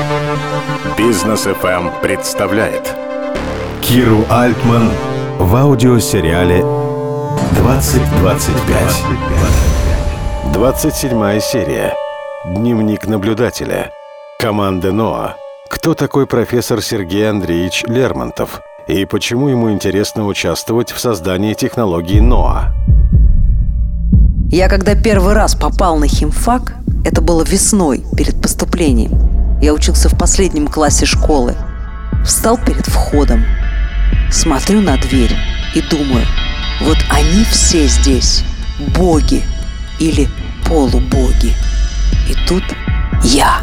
Бизнес ФМ представляет Киру Альтман в аудиосериале 2025. 27 серия. Дневник наблюдателя. Команда НОА. Кто такой профессор Сергей Андреевич Лермонтов? И почему ему интересно участвовать в создании технологии НОА? Я когда первый раз попал на химфак, это было весной, перед поступлением. Я учился в последнем классе школы. Встал перед входом, смотрю на дверь и думаю, вот они все здесь боги или полубоги. И тут я.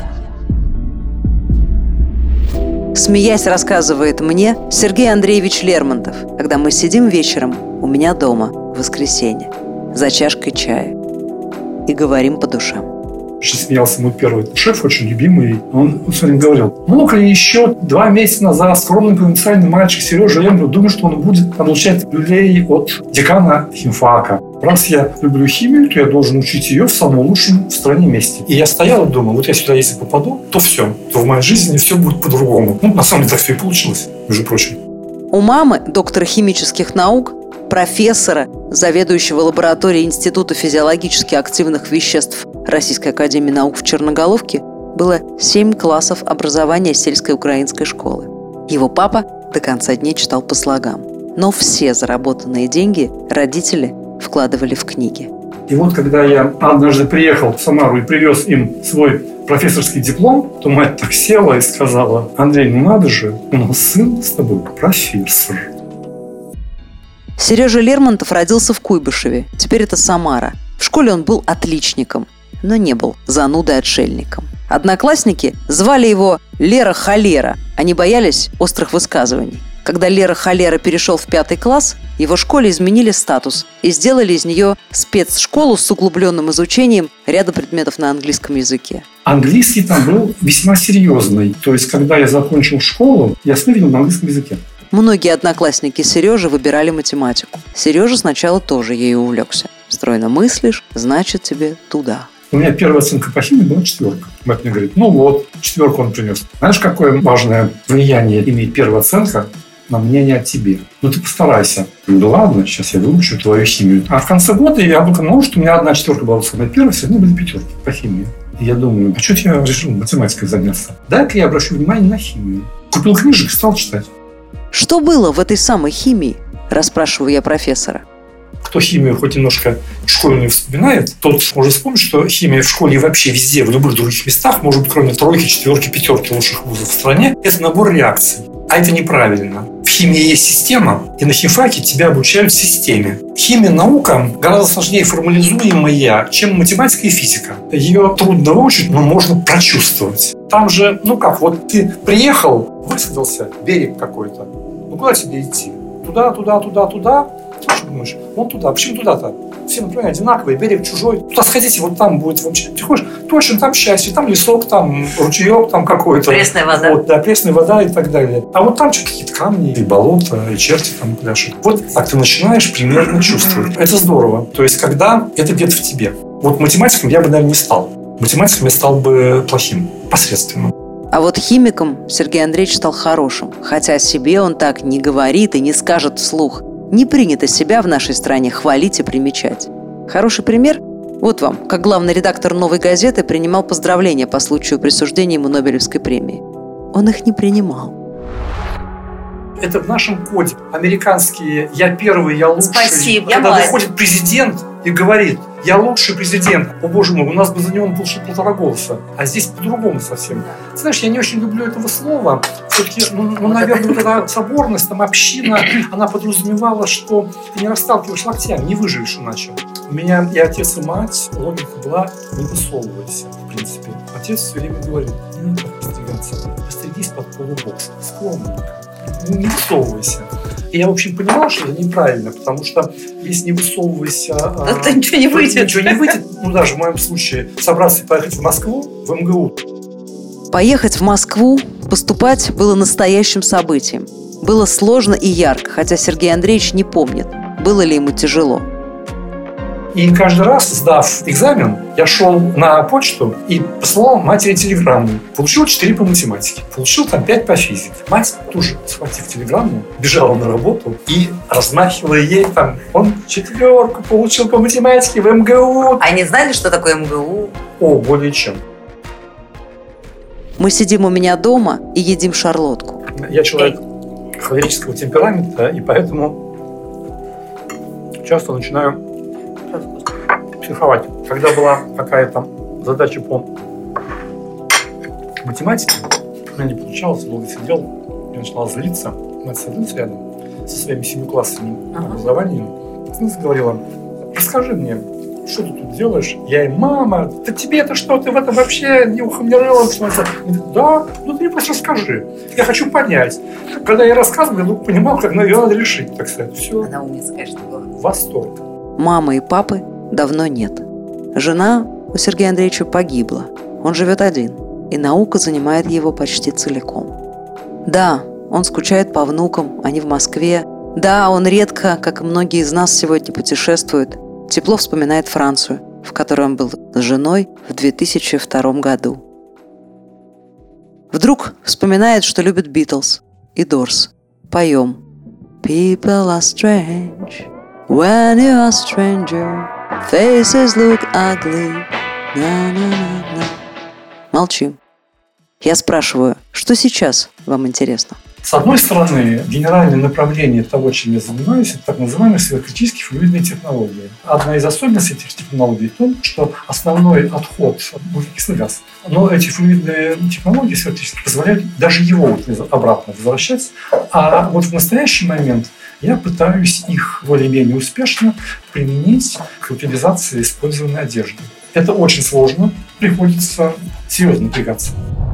Смеясь, рассказывает мне Сергей Андреевич Лермонтов, когда мы сидим вечером у меня дома в воскресенье за чашкой чая и говорим по душам. Очень смеялся мой первый шеф, очень любимый. Он все время говорил: мог ли еще 2 месяца назад скромный провинциальный мальчик Сережа Лермонтов думать, что он будет получать люлей от декана химфака? Раз я люблю химию, то я должен учить ее в самом лучшем в стране месте. И я стоял и думал, вот я сюда если попаду, то все, то в моей жизни все будет по-другому. На самом деле так все и получилось, между прочим. У мамы, доктора химических наук, профессора, заведующего лабораторией Института физиологически активных веществ Российской академии наук в Черноголовке, было 7 классов образования сельской украинской школы. Его папа до конца дней читал по слогам. Но все заработанные деньги родители вкладывали в книги. И вот когда я однажды приехал в Самару и привез им свой профессорский диплом, то мать так села и сказала: Андрей, ну надо же, у нас сын с тобой профессор. Сережа Лермонтов родился в Куйбышеве, теперь это Самара. В школе он был отличником, но не был занудой-отшельником. Одноклассники звали его Лера-холера, они боялись острых высказываний. Когда Лера-холера перешел в 5 класс, его школе изменили статус и сделали из нее спецшколу с углубленным изучением ряда предметов на английском языке. Английский там был весьма серьезный. То есть, когда я закончил школу, я снова на английском языке. Многие одноклассники Сережи выбирали математику. Сережа сначала тоже ею увлекся. Стройно мыслишь, значит тебе туда. У меня первая оценка по химии была 4. Мать мне говорит: ну вот, 4 он принес. Знаешь, какое важное влияние имеет первая оценка на мнение о тебе? Ну ты постарайся. Да ладно, сейчас я выучу твою химию. А в конце года я вдруг понял, что у меня 1 4 была самая первая, все равно были 5 по химии. И я думаю, а что я решил математикой заняться? Дай-ка я обращу внимание на химию. Купил книжек и стал читать. Что было в этой самой химии? Расспрашиваю я профессора. Кто химию хоть немножко школьную вспоминает, тот может вспомнить, что химия в школе и вообще везде, в любых других местах, может быть, кроме 3, 4, 5 лучших вузов в стране, это набор реакций. А это неправильно. В химии есть система, и на химфаке тебя обучают системе. Химия наука гораздо сложнее формализуемая, чем математика и физика. Ее трудно выучить, но можно прочувствовать. Там же, вот ты приехал, высадился, берег какой-то. Ну куда тебе идти? Туда. Что думаешь? Вон туда. Почему туда-то? Все, например, одинаковые, берег чужой. Туда сходите, вот там будет вообще. Ты ходишь, точно, там счастье, там лесок, там ручеек, там какой-то. Пресная вода. Вот, да, пресная вода и так далее. А вот там что-то какие-то камни, и болота, и черти там пляшут. Вот так ты начинаешь примерно чувствовать. Это здорово. То есть, когда это где-то в тебе. Вот математиком я бы, наверное, не стал. Математиком я стал бы плохим, посредственным. А вот химиком Сергей Андреевич стал хорошим. Хотя о себе он так не говорит и не скажет вслух. Не принято себя в нашей стране хвалить и примечать. Хороший пример? Вот вам, как главный редактор «Новой газеты» принимал поздравления по случаю присуждения ему Нобелевской премии. Он их не принимал. Это в нашем коде. Американские «я первый, я лучший». Спасибо, когда выходит президент и говорит: я лучший президент. О боже мой, у нас бы за него получил 1,5 голоса. А здесь по-другому совсем. Знаешь, я не очень люблю этого слова. Все-таки, наверное, вот эта соборность, там, община, она подразумевала, что ты не расталкиваешь локтями, не выживешь иначе. У меня и отец, и мать, логика была: не высовывайся, в принципе. Отец все время говорит: не надо подстригаться, постригись под полубокс, скромненько. Не высовывайся. И я, в общем, понимал, что это неправильно, потому что если не высовывайся... то ничего не выйдет. Ничего не выйдет. Даже в моем случае собраться и поехать в Москву, в МГУ. Поехать в Москву, поступать было настоящим событием. Было сложно и ярко, хотя Сергей Андреевич не помнит, было ли ему тяжело. И каждый раз, сдав экзамен, Я шел на почту и посылал матери телеграмму. Получил 4 по математике. Получил там 5 по физике. Мать тоже, схватив телеграмму, бежала на работу и размахивала ей там. Он 4 получил по математике в МГУ. Они знали, что такое МГУ? О, более чем. Мы сидим у меня дома и едим шарлотку. Я человек холерического темперамента, и поэтому часто начинаю психовать. Когда была какая-то задача по математике, у меня не получалось, долго сидел, я начинал злиться. Мать садилась рядом со своими 7-классными образованием. Она говорила: расскажи мне, что ты тут делаешь? Я ей: мама, да тебе это что? Ты в этом вообще не ухом не рылом? Да, ну ты мне просто расскажи. Я хочу понять. Когда я рассказывал, я вдруг понимал, как ее надо решить, так сказать. Все. Она умница, конечно, была. Восторг. Мамы и папы давно нет. Жена у Сергея Андреевича погибла. Он живет один, и наука занимает его почти целиком. Да, он скучает по внукам, они в Москве. Да, он редко, как и многие из нас сегодня, путешествует. Тепло вспоминает Францию, в которой он был с женой в 2002 году. Вдруг вспоминает, что любит Битлз и Дорс. Поем. People are strange when you are stranger. Faces look ugly. На-на-на-на. Молчим. Я спрашиваю, что сейчас вам интересно? С одной стороны, генеральное направление того, чем я занимаюсь, это так называемые сверхкритические флюидные технологии. Одна из особенностей этих технологий в том, что основной отход – углекислый газ. Но эти флюидные технологии сверхкритические позволяют даже его обратно возвращать. А вот в настоящий момент я пытаюсь их более-менее успешно применить к утилизации использованной одежды. Это очень сложно, приходится серьезно напрягаться.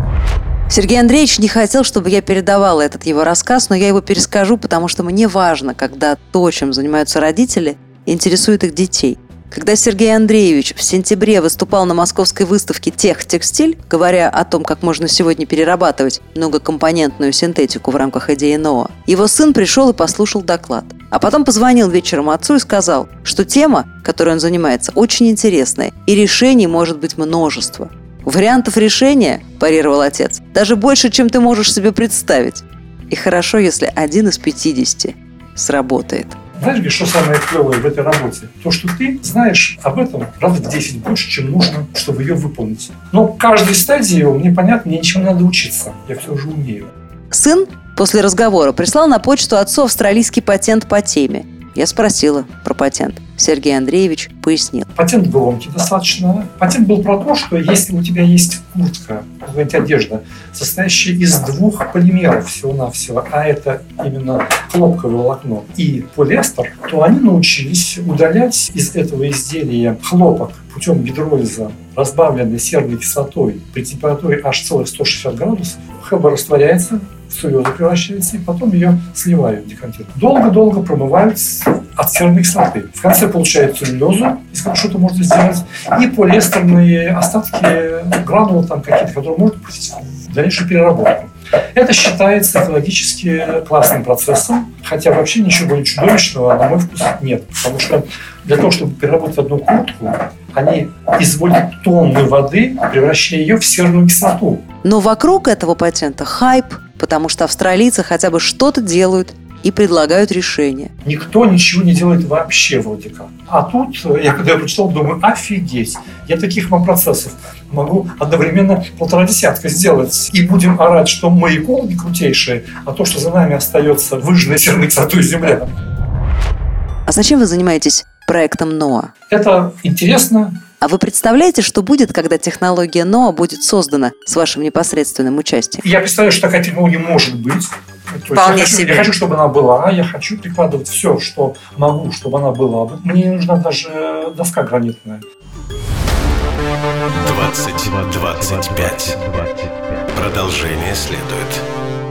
Сергей Андреевич не хотел, чтобы я передавала этот его рассказ, но я его перескажу, потому что мне важно, когда то, чем занимаются родители, интересует их детей. Когда Сергей Андреевич в сентябре выступал на московской выставке «Техтекстиль», говоря о том, как можно сегодня перерабатывать многокомпонентную синтетику в рамках идеи НОА, его сын пришел и послушал доклад. А потом позвонил вечером отцу и сказал, что тема, которой он занимается, очень интересная, и решений может быть множество. «Вариантов решения, – парировал отец, – даже больше, чем ты можешь себе представить. И хорошо, если 1 из 50 сработает». Знаешь, что самое клевое в этой работе? То, что ты знаешь об этом раз в 10 больше, чем нужно, чтобы ее выполнить. Но к каждой стадии мне понятно, мне ничего не надо учиться. Я все уже умею. Сын после разговора прислал на почту отцу австралийский патент по теме. Я спросила про патент. Сергей Андреевич пояснил. Патент громкий достаточно. Патент был про то, что если у тебя есть куртка, какая-нибудь одежда, состоящая из 2 полимеров всего-навсего, а это именно хлопковое волокно и полиэстер, то они научились удалять из этого изделия хлопок путем гидролиза, разбавленной серной кислотой при температуре аж целых 160 градусов. ХБ растворяется, в целлюлозу превращается, и потом ее сливают, декантируют. Долго-долго промывают от серной кислоты. В конце получают целлюлозу, из которой что-то можно сделать, и полиэстерные остатки гранул там какие-то, которые можно пустить в дальнейшую переработку. Это считается экологически классным процессом, хотя вообще ничего более чудовищного, на мой вкус, нет. Потому что для того, чтобы переработать одну куртку, они изводят тонны воды, превращая ее в серную кислоту. Но вокруг этого патента хайп, потому что австралийцы хотя бы что-то делают и предлагают решение. Никто ничего не делает вообще вроде как. А тут, когда я прочитал, думаю, офигеть, я таких процессов могу одновременно 1,5 десятка сделать. И будем орать, что мы экологи крутейшие, а то, что за нами остается выжженная серной кислотой земля. А зачем вы занимаетесь проектом НОА? Это интересно. А вы представляете, что будет, когда технология НОА будет создана с вашим непосредственным участием? Я представляю, что такая технология может быть. Вполне себе. Я хочу, чтобы она была, я хочу прикладывать все, что могу, чтобы она была. Мне не нужна даже доска гранитная. 2025. Продолжение следует.